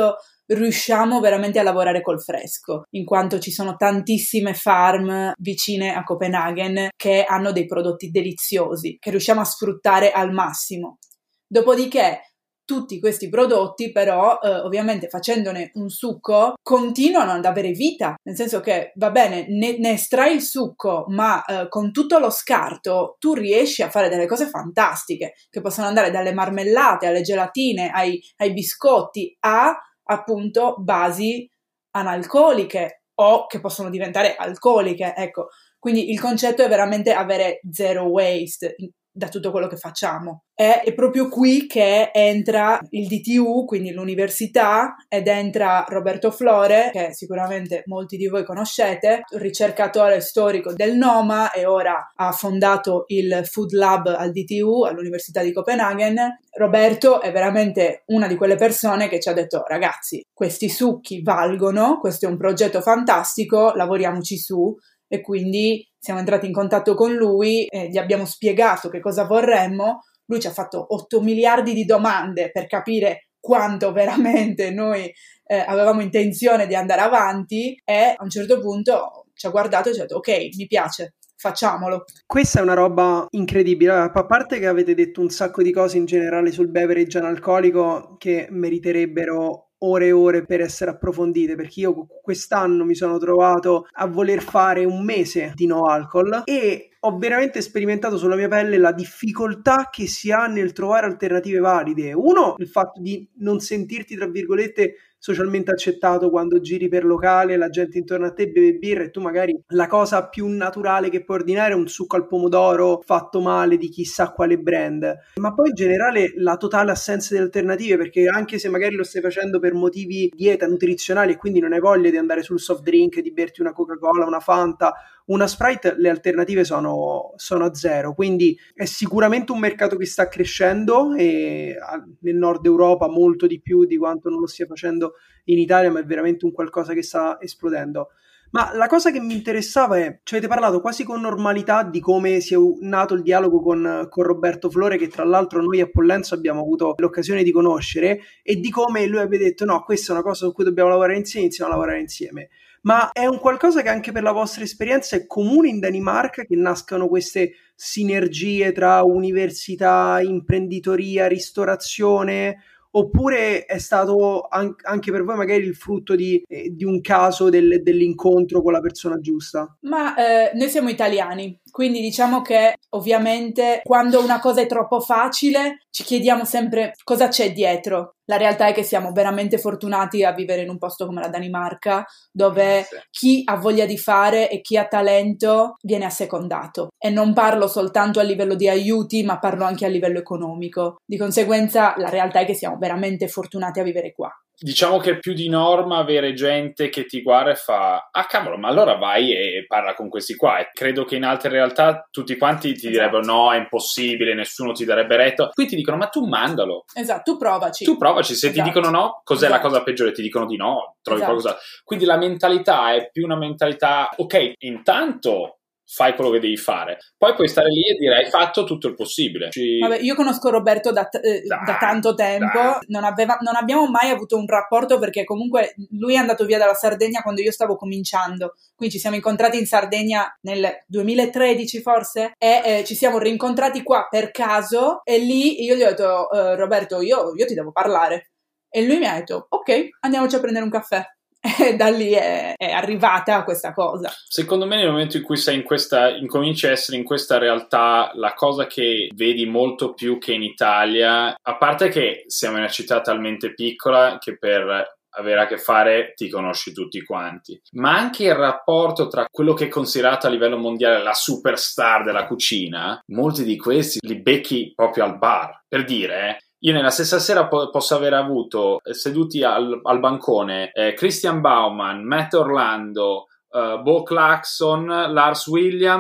riusciamo veramente a lavorare col fresco, in quanto ci sono tantissime farm vicine a Copenaghen che hanno dei prodotti deliziosi, che riusciamo a sfruttare al massimo. Dopodiché tutti questi prodotti però eh, ovviamente facendone un succo continuano ad avere vita, nel senso che va bene, ne, ne estrai il succo, ma eh, con tutto lo scarto tu riesci a fare delle cose fantastiche, che possono andare dalle marmellate alle gelatine ai, ai biscotti a appunto basi analcoliche o che possono diventare alcoliche, ecco. Quindi il concetto è veramente avere zero waste da tutto quello che facciamo. È, è proprio qui che entra il D T U, quindi l'università, ed entra Roberto Flore, che sicuramente molti di voi conoscete, ricercatore storico del Noma e ora ha fondato il Food Lab al D T U, all'Università di Copenaghen. Roberto è veramente una di quelle persone che ci ha detto: ragazzi, questi succhi valgono, questo è un progetto fantastico, lavoriamoci su. E quindi siamo entrati in contatto con lui e gli abbiamo spiegato che cosa vorremmo. Lui ci ha fatto otto miliardi di domande per capire quanto veramente noi eh, avevamo intenzione di andare avanti, e a un certo punto ci ha guardato e ci ha detto: ok, mi piace, facciamolo. Questa è una roba incredibile. A parte che avete detto un sacco di cose in generale sul beverage analcolico che meriterebbero ore e ore per essere approfondite, perché io quest'anno mi sono trovato a voler fare un mese di no alcol e ho veramente sperimentato sulla mia pelle la difficoltà che si ha nel trovare alternative valide. Uno, il fatto di non sentirti, tra virgolette, socialmente accettato quando giri per locale, la gente intorno a te beve birra e tu magari la cosa più naturale che puoi ordinare è un succo al pomodoro fatto male di chissà quale brand. Ma poi in generale la totale assenza di alternative, perché anche se magari lo stai facendo per motivi dieta, nutrizionali, e quindi non hai voglia di andare sul soft drink, di berti una Coca-Cola, una Fanta, una Sprite, le alternative sono, sono a zero. Quindi è sicuramente un mercato che sta crescendo e nel nord Europa molto di più di quanto non lo stia facendo in Italia, ma è veramente un qualcosa che sta esplodendo. Ma la cosa che mi interessava è, ci avete parlato quasi con normalità di come sia nato il dialogo con, con Roberto Flore, che tra l'altro noi a Pollenzo abbiamo avuto l'occasione di conoscere, e di come lui abbia detto: no, questa è una cosa su cui dobbiamo lavorare insieme, iniziamo a lavorare insieme. Ma è un qualcosa che anche per la vostra esperienza è comune in Danimarca, che nascano queste sinergie tra università, imprenditoria, ristorazione? Oppure è stato an- anche per voi magari il frutto di, eh, di un caso del, dell'incontro con la persona giusta? Ma eh, noi siamo italiani, quindi diciamo che ovviamente quando una cosa è troppo facile ci chiediamo sempre cosa c'è dietro. La realtà è che siamo veramente fortunati a vivere in un posto come la Danimarca, dove chi ha voglia di fare e chi ha talento viene assecondato. E non parlo soltanto a livello di aiuti, ma parlo anche a livello economico. Di conseguenza la realtà è che siamo veramente fortunati a vivere qua. Diciamo che è più di norma avere gente che ti guarda e fa: ah cavolo, ma allora vai e parla con questi qua. E credo che in altre realtà tutti quanti ti direbbero: esatto, no, è impossibile, nessuno ti darebbe retto. Qui ti dicono: ma tu mandalo. Esatto, tu provaci. Tu provaci, se esatto. ti dicono no, cos'è esatto. la cosa peggiore? Ti dicono di no, trovi esatto. qualcosa. Quindi la mentalità è più una mentalità: ok, intanto fai quello che devi fare, poi puoi stare lì e dire: hai fatto tutto il possibile. Ci... Vabbè, io conosco Roberto da, eh, dai, da tanto tempo, non, aveva, non abbiamo mai avuto un rapporto, perché comunque lui è andato via dalla Sardegna quando io stavo cominciando, quindi ci siamo incontrati in Sardegna nel duemilatredici forse, e eh, ci siamo rincontrati qua per caso, e lì io gli ho detto: eh, Roberto, io, io ti devo parlare, e lui mi ha detto: ok, andiamoci a prendere un caffè. E da lì è, è arrivata questa cosa. Secondo me nel momento in cui sei in questa, incominci a essere in questa realtà, la cosa che vedi molto più che in Italia, a parte che siamo in una città talmente piccola che per avere a che fare ti conosci tutti quanti, ma anche il rapporto tra quello che è considerato a livello mondiale la superstar della cucina, molti di questi li becchi proprio al bar. Per dire, eh, io nella stessa sera po- posso aver avuto eh, seduti al, al bancone eh, Christian Baumann, Matt Orlando, uh, Bo Claxon, Lars Williams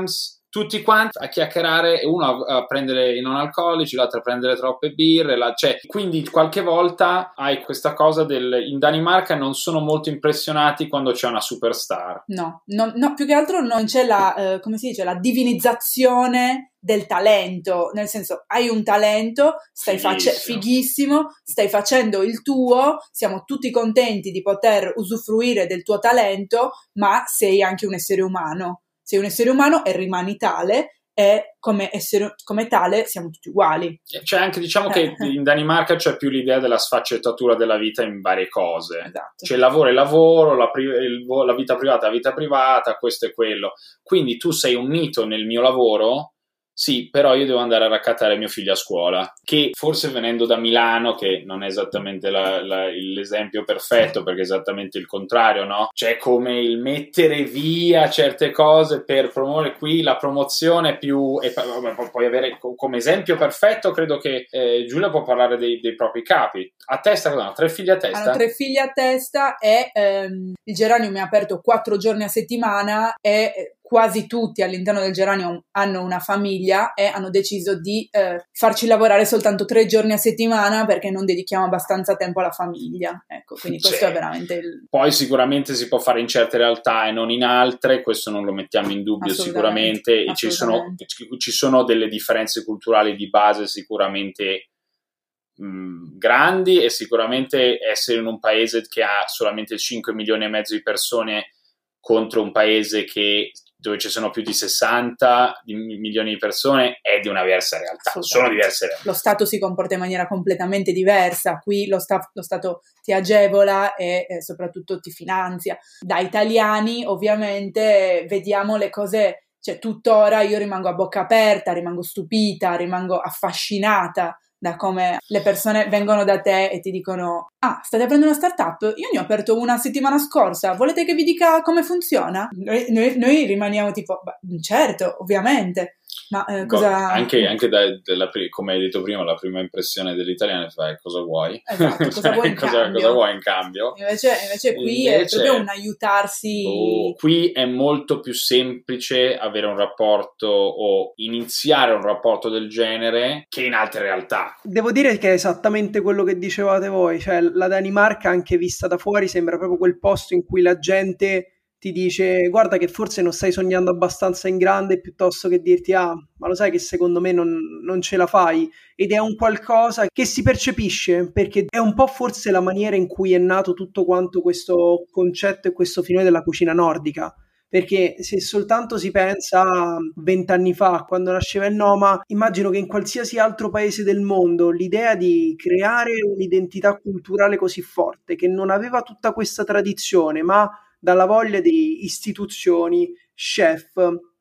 tutti quanti a chiacchierare, uno a, a prendere i non alcolici, l'altro a prendere troppe birre, la, cioè, quindi qualche volta hai questa cosa del, in Danimarca non sono molto impressionati quando c'è una superstar. No, no, no, più che altro non c'è la, eh, come si dice, la divinizzazione del talento, nel senso, hai un talento, stai Fighissimo. face- fighissimo, stai facendo il tuo, siamo tutti contenti di poter usufruire del tuo talento, ma sei anche un essere umano, sei un essere umano e rimani tale, e come essere, come tale siamo tutti uguali. Cioè anche diciamo che in Danimarca c'è più l'idea della sfaccettatura della vita in varie cose. Esatto. Cioè il lavoro è lavoro, la, pri- il, la vita privata è la vita privata, questo è quello. Quindi tu sei unito nel mio lavoro, sì, però io devo andare a raccattare mio figlio a scuola, che forse venendo da Milano, che non è esattamente la, la, l'esempio perfetto, perché è esattamente il contrario, no? Cioè come il mettere via certe cose per promuovere qui la promozione più... E poi puoi avere come esempio perfetto, credo che eh, Giulia può parlare dei, dei propri capi. A testa cosa hanno? Tre figli a testa? Hanno tre figli a testa e ehm, il Geranio mi ha aperto quattro giorni a settimana e quasi tutti all'interno del Geranio hanno una famiglia e hanno deciso di eh, farci lavorare soltanto tre giorni a settimana perché non dedichiamo abbastanza tempo alla famiglia. Ecco, quindi questo Cioè, è veramente il... Poi sicuramente si può fare in certe realtà e non in altre, questo non lo mettiamo in dubbio Assolutamente, sicuramente, e ci sono, ci sono delle differenze culturali di base sicuramente mh, grandi, e sicuramente essere in un paese che ha solamente cinque milioni e mezzo di persone contro un paese che dove ci sono più di sessanta milioni di persone è di una diversa realtà, sono diverse realtà. Lo Stato si comporta in maniera completamente diversa, qui lo, sta- lo Stato ti agevola e eh, soprattutto ti finanzia. Da italiani ovviamente vediamo le cose, cioè tuttora io rimango a bocca aperta, rimango stupita, rimango affascinata da come le persone vengono da te e ti dicono: ah, state aprendo una startup? Io ne ho aperto una settimana scorsa, volete che vi dica come funziona? Noi, noi, noi rimaniamo tipo, certo, ovviamente, ma eh, cosa... Anche, anche da, della, come hai detto prima, la prima impressione dell'italiano è fare cosa vuoi? Esatto, cosa vuoi in cosa, cambio? cosa vuoi in cambio? Invece, invece qui invece, è proprio un aiutarsi. Oh, qui è molto più semplice avere un rapporto o iniziare un rapporto del genere che in altre realtà. Devo dire che è esattamente quello che dicevate voi, cioè la Danimarca anche vista da fuori sembra proprio quel posto in cui la gente ti dice: guarda che forse non stai sognando abbastanza in grande, piuttosto che dirti: ah, ma lo sai che secondo me non, non ce la fai. Ed è un qualcosa che si percepisce, perché è un po' forse la maniera in cui è nato tutto quanto questo concetto e questo filone della cucina nordica. Perché se soltanto si pensa vent'anni fa, quando nasceva il Noma, immagino che in qualsiasi altro paese del mondo l'idea di creare un'identità culturale così forte, che non aveva tutta questa tradizione, ma dalla voglia di istituzioni, chef,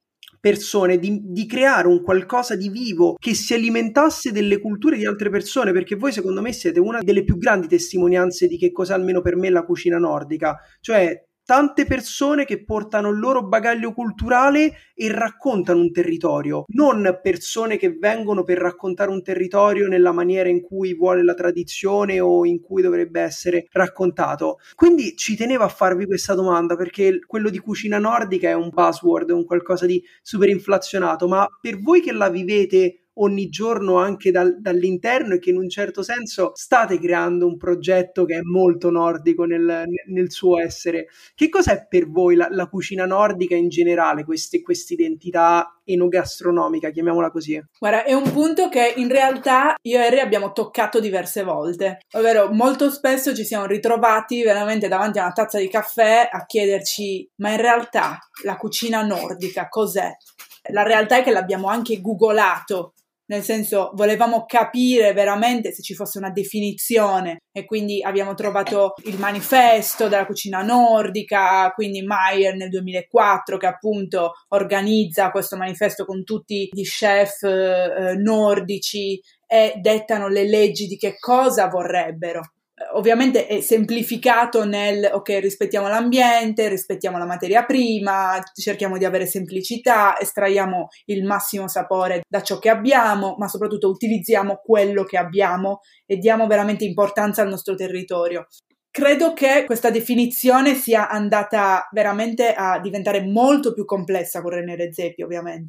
persone, di, di creare un qualcosa di vivo che si alimentasse delle culture di altre persone, perché voi secondo me siete una delle più grandi testimonianze di che cos'è, almeno per me, la cucina nordica, cioè tante persone che portano il loro bagaglio culturale e raccontano un territorio, non persone che vengono per raccontare un territorio nella maniera in cui vuole la tradizione o in cui dovrebbe essere raccontato. Quindi ci tenevo a farvi questa domanda, perché quello di cucina nordica è un buzzword, è un qualcosa di super inflazionato, ma per voi che la vivete ogni giorno anche dal, dall'interno e che in un certo senso state creando un progetto che è molto nordico nel, nel suo essere, che cos'è per voi la, la cucina nordica in generale, questa identità enogastronomica, chiamiamola così? Guarda, è un punto che in realtà io e Harry abbiamo toccato diverse volte, ovvero molto spesso ci siamo ritrovati veramente davanti a una tazza di caffè a chiederci: ma in realtà la cucina nordica cos'è? La realtà è che l'abbiamo anche googolato, nel senso volevamo capire veramente se ci fosse una definizione, e quindi abbiamo trovato il manifesto della cucina nordica, quindi Meyer nel duemilaquattro, che appunto organizza questo manifesto con tutti gli chef eh, nordici e dettano le leggi di che cosa vorrebbero. Ovviamente è semplificato nel ok, rispettiamo l'ambiente, rispettiamo la materia prima, cerchiamo di avere semplicità, estraiamo il massimo sapore da ciò che abbiamo, ma soprattutto utilizziamo quello che abbiamo e diamo veramente importanza al nostro territorio. Credo che questa definizione sia andata veramente a diventare molto più complessa con René Redzepi, ovviamente,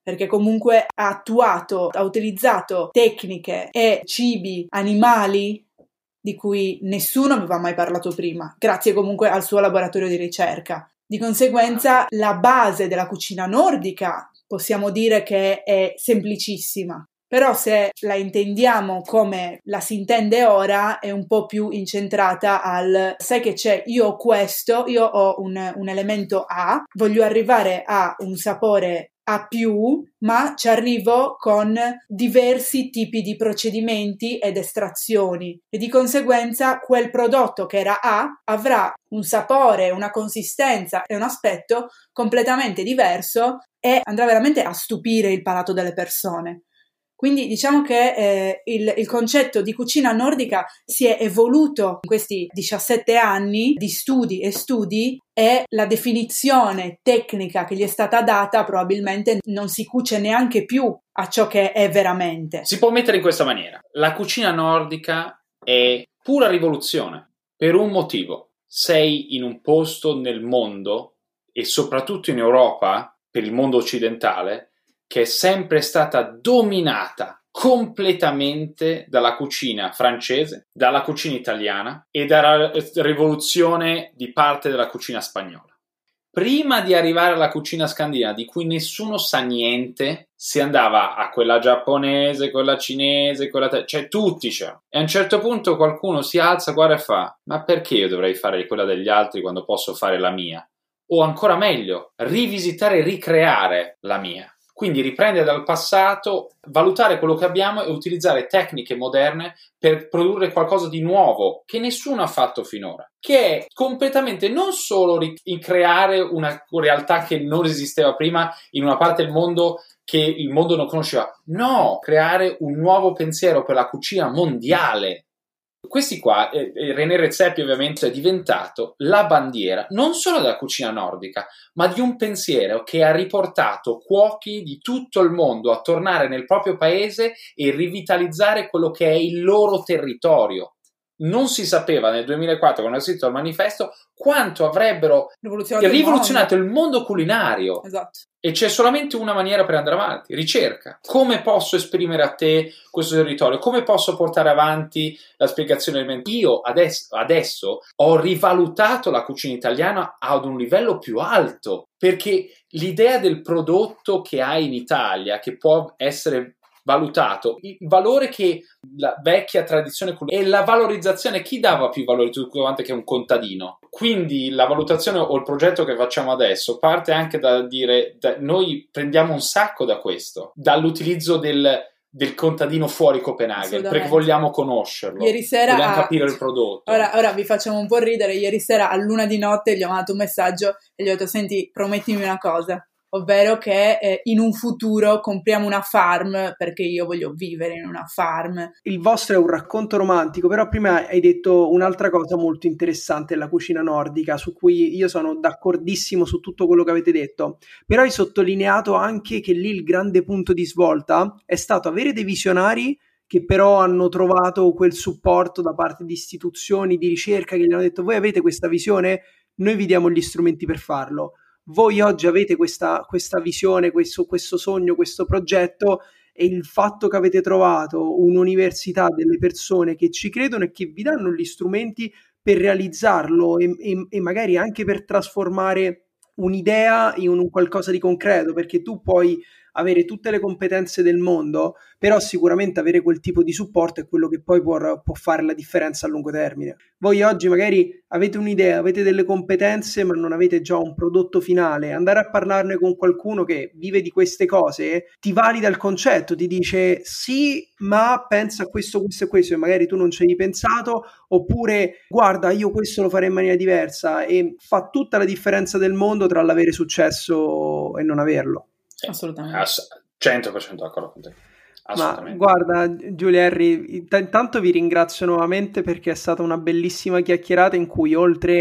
perché comunque ha attuato, ha utilizzato tecniche e cibi animali di cui nessuno aveva mai parlato prima, grazie comunque al suo laboratorio di ricerca. Di conseguenza la base della cucina nordica possiamo dire che è semplicissima, però se la intendiamo come la si intende ora è un po' più incentrata al sai che c'è, io ho questo, io ho un, un elemento A, voglio arrivare a un sapore A più, ma ci arrivo con diversi tipi di procedimenti ed estrazioni e di conseguenza quel prodotto che era A avrà un sapore, una consistenza e un aspetto completamente diverso e andrà veramente a stupire il palato delle persone. Quindi diciamo che eh, il, il concetto di cucina nordica si è evoluto in questi diciassette anni di studi e studi e la definizione tecnica che gli è stata data probabilmente non si cuce neanche più a ciò che è veramente. Si può mettere in questa maniera. La cucina nordica è pura rivoluzione per un motivo. Sei in un posto nel mondo e soprattutto in Europa, per il mondo occidentale, che è sempre stata dominata completamente dalla cucina francese, dalla cucina italiana e dalla rivoluzione di parte della cucina spagnola. Prima di arrivare alla cucina scandinava, di cui nessuno sa niente, si andava a quella giapponese, quella cinese, quella te- cioè tutti c'erano. E a un certo punto qualcuno si alza, guarda e fa: ma perché io dovrei fare quella degli altri quando posso fare la mia? O ancora meglio, rivisitare e ricreare la mia. Quindi riprendere dal passato, valutare quello che abbiamo e utilizzare tecniche moderne per produrre qualcosa di nuovo che nessuno ha fatto finora, che è completamente non solo ricreare una realtà che non esisteva prima in una parte del mondo che il mondo non conosceva, no, creare un nuovo pensiero per la cucina mondiale. Questi qua, eh, René Redzepi ovviamente è diventato la bandiera non solo della cucina nordica, ma di un pensiero che ha riportato cuochi di tutto il mondo a tornare nel proprio paese e rivitalizzare quello che è il loro territorio. Non si sapeva nel duemilaquattro, quando è scritto il manifesto, quanto avrebbero rivoluzionato, rivoluzionato il, mondo. il mondo culinario. Esatto. E c'è solamente una maniera per andare avanti: ricerca. Come posso esprimere a te questo territorio? Come posso portare avanti la spiegazione alimentare? Io adesso, adesso ho rivalutato la cucina italiana ad un livello più alto, perché l'idea del prodotto che hai in Italia, che può essere valutato, il valore che la vecchia tradizione e la valorizzazione, chi dava più valore tutto quanto che un contadino? Quindi la valutazione o il progetto che facciamo adesso parte anche da dire da, noi prendiamo un sacco da questo, dall'utilizzo del, del contadino fuori Copenaghen, perché vogliamo conoscerlo, ieri sera vogliamo a... capire il prodotto. Ora, ora vi facciamo un po' ridere. Ieri sera a luna di notte gli ho mandato un messaggio e gli ho detto: senti, promettimi una cosa, ovvero che eh, in un futuro compriamo una farm, perché io voglio vivere in una farm. Il vostro è un racconto romantico, però prima hai detto un'altra cosa molto interessante della cucina nordica, su cui io sono d'accordissimo su tutto quello che avete detto, però hai sottolineato anche che lì il grande punto di svolta è stato avere dei visionari che però hanno trovato quel supporto da parte di istituzioni di ricerca che gli hanno detto: voi avete questa visione, noi vi diamo gli strumenti per farlo. Voi oggi avete questa, questa visione, questo, questo sogno, questo progetto, e il fatto che avete trovato un'università, delle persone che ci credono e che vi danno gli strumenti per realizzarlo e, e, e magari anche per trasformare un'idea in un qualcosa di concreto, perché tu puoi avere tutte le competenze del mondo, però sicuramente avere quel tipo di supporto è quello che poi può, può fare la differenza a lungo termine. Voi oggi magari avete un'idea, avete delle competenze, ma non avete già un prodotto finale. Andare a parlarne con qualcuno che vive di queste cose ti valida il concetto, ti dice sì, ma pensa a questo, questo e questo, e magari tu non ci hai pensato, oppure guarda, io questo lo farei in maniera diversa, e fa tutta la differenza del mondo tra l'avere successo e non averlo. Assolutamente. Ass- cento per cento d'accordo con te. Ma guarda, Giulia, Harry, t- intanto vi ringrazio nuovamente perché è stata una bellissima chiacchierata in cui, oltre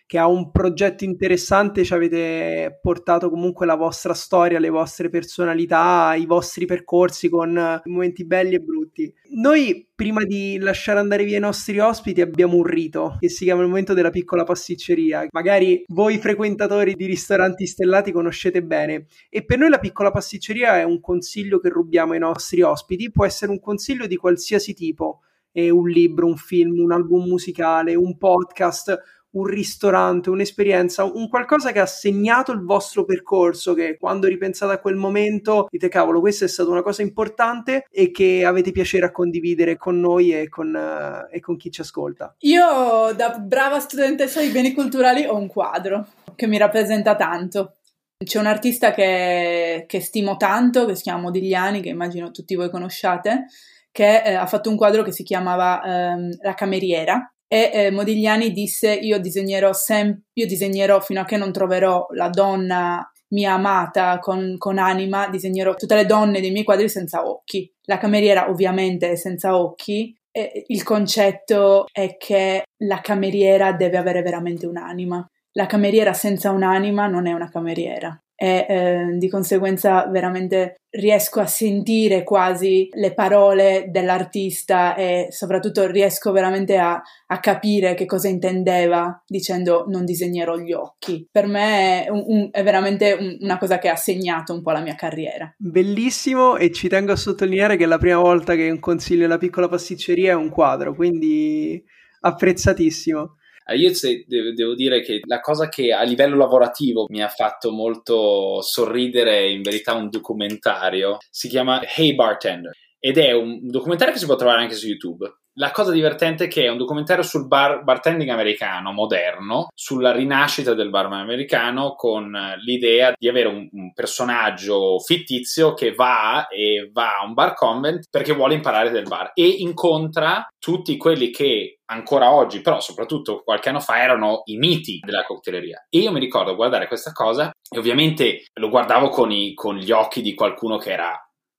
che a un progetto interessante ci avete portato comunque la vostra storia, le vostre personalità, i vostri percorsi con momenti belli e brutti. Noi, prima di lasciare andare via i nostri ospiti, abbiamo un rito che si chiama il momento della piccola pasticceria. Magari voi frequentatori di ristoranti stellati conoscete bene, e per noi la piccola pasticceria è un consiglio che rubiamo ai nostri ospiti. Può essere un consiglio di qualsiasi tipo, è un libro, un film, un album musicale, un podcast, un ristorante, un'esperienza, un qualcosa che ha segnato il vostro percorso, che quando ripensate a quel momento dite cavolo, questa è stata una cosa importante e che avete piacere a condividere con noi e con, uh, e con chi ci ascolta. Io, da brava studentessa di beni culturali, ho un quadro che mi rappresenta tanto. C'è un artista che, che stimo tanto, che si chiama Modigliani, che immagino tutti voi conosciate, che eh, ha fatto un quadro che si chiamava ehm, La cameriera. E eh, Modigliani disse io disegnerò, sem- io disegnerò fino a che non troverò la donna mia amata con, con anima, disegnerò tutte le donne dei miei quadri senza occhi. La cameriera ovviamente è senza occhi, e il concetto è che la cameriera deve avere veramente un'anima. La cameriera senza un'anima non è una cameriera. E eh, di conseguenza veramente riesco a sentire quasi le parole dell'artista e soprattutto riesco veramente a, a capire che cosa intendeva dicendo non disegnerò gli occhi. Per me è, un, un, è veramente un, una cosa che ha segnato un po' la mia carriera. Bellissimo, e ci tengo a sottolineare che è la prima volta che un consiglio alla piccola pasticceria è un quadro, quindi apprezzatissimo. Io se, devo dire che la cosa che a livello lavorativo mi ha fatto molto sorridere, in verità un documentario, si chiama Hey Bartender, ed è un documentario che si può trovare anche su YouTube. La cosa divertente è che è un documentario sul bar, bartending americano moderno, sulla rinascita del barman americano, con l'idea di avere un, un personaggio fittizio che va e va a un bar convent perché vuole imparare del bar e incontra tutti quelli che ancora oggi, però soprattutto qualche anno fa, erano i miti della cocktaileria. E io mi ricordo guardare questa cosa e ovviamente lo guardavo con, i, con gli occhi di qualcuno che era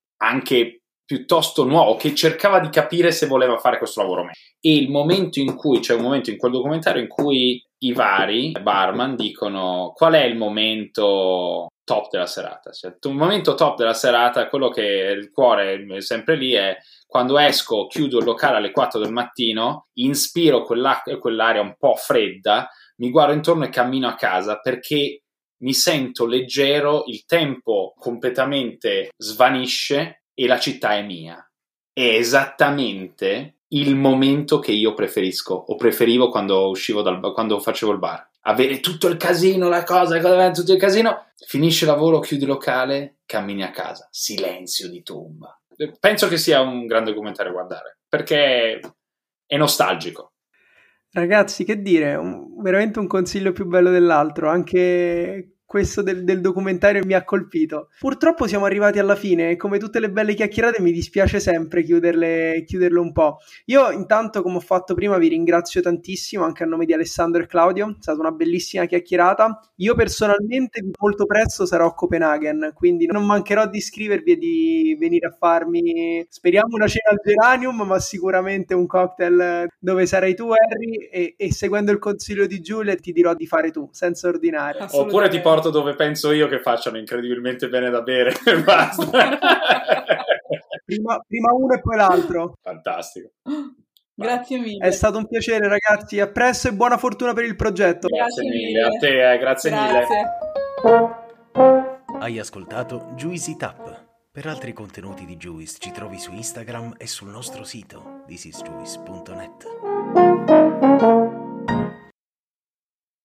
anche piuttosto nuovo, che cercava di capire se voleva fare questo lavoro o meno. E il momento in cui, c'è un momento in quel documentario in cui i vari barman dicono qual è il momento top della serata. Cioè, un momento top della serata, quello che il cuore è sempre lì, è quando esco, chiudo il locale alle quattro del mattino, inspiro quell'a- quell'aria un po' fredda, mi guardo intorno e cammino a casa perché mi sento leggero, il tempo completamente svanisce e la città è mia. È esattamente il momento che io preferisco o preferivo quando uscivo dal quando facevo il bar. Avere tutto il casino, la cosa, tutto il casino, finisce il lavoro, chiudi il locale, cammini a casa, silenzio di tomba. Penso che sia un grande documentario a guardare perché è nostalgico. Ragazzi, che dire, un, veramente un consiglio più bello dell'altro, anche questo del, del documentario mi ha colpito. Purtroppo siamo arrivati alla fine e come tutte le belle chiacchierate mi dispiace sempre chiuderle, chiuderle un po'. Io intanto, come ho fatto prima, vi ringrazio tantissimo anche a nome di Alessandro e Claudio, è stata una bellissima chiacchierata. Io personalmente molto presto sarò a Copenaghen, quindi non mancherò di scrivervi e di venire a farmi, speriamo, una cena al Geranium, ma sicuramente un cocktail dove sarai tu, Harry, e, e seguendo il consiglio di Giulia ti dirò di fare tu, senza ordinare. Oppure ti porto dove penso io che facciano incredibilmente bene da bere. Basta. prima, prima uno e poi l'altro. Fantastico. Grazie mille. È stato un piacere, ragazzi, a presto e buona fortuna per il progetto. Grazie, grazie mille a te, eh, grazie, grazie mille. Hai ascoltato Juicy Tap. Per altri contenuti di Juice ci trovi su Instagram e sul nostro sito this is juice punto net.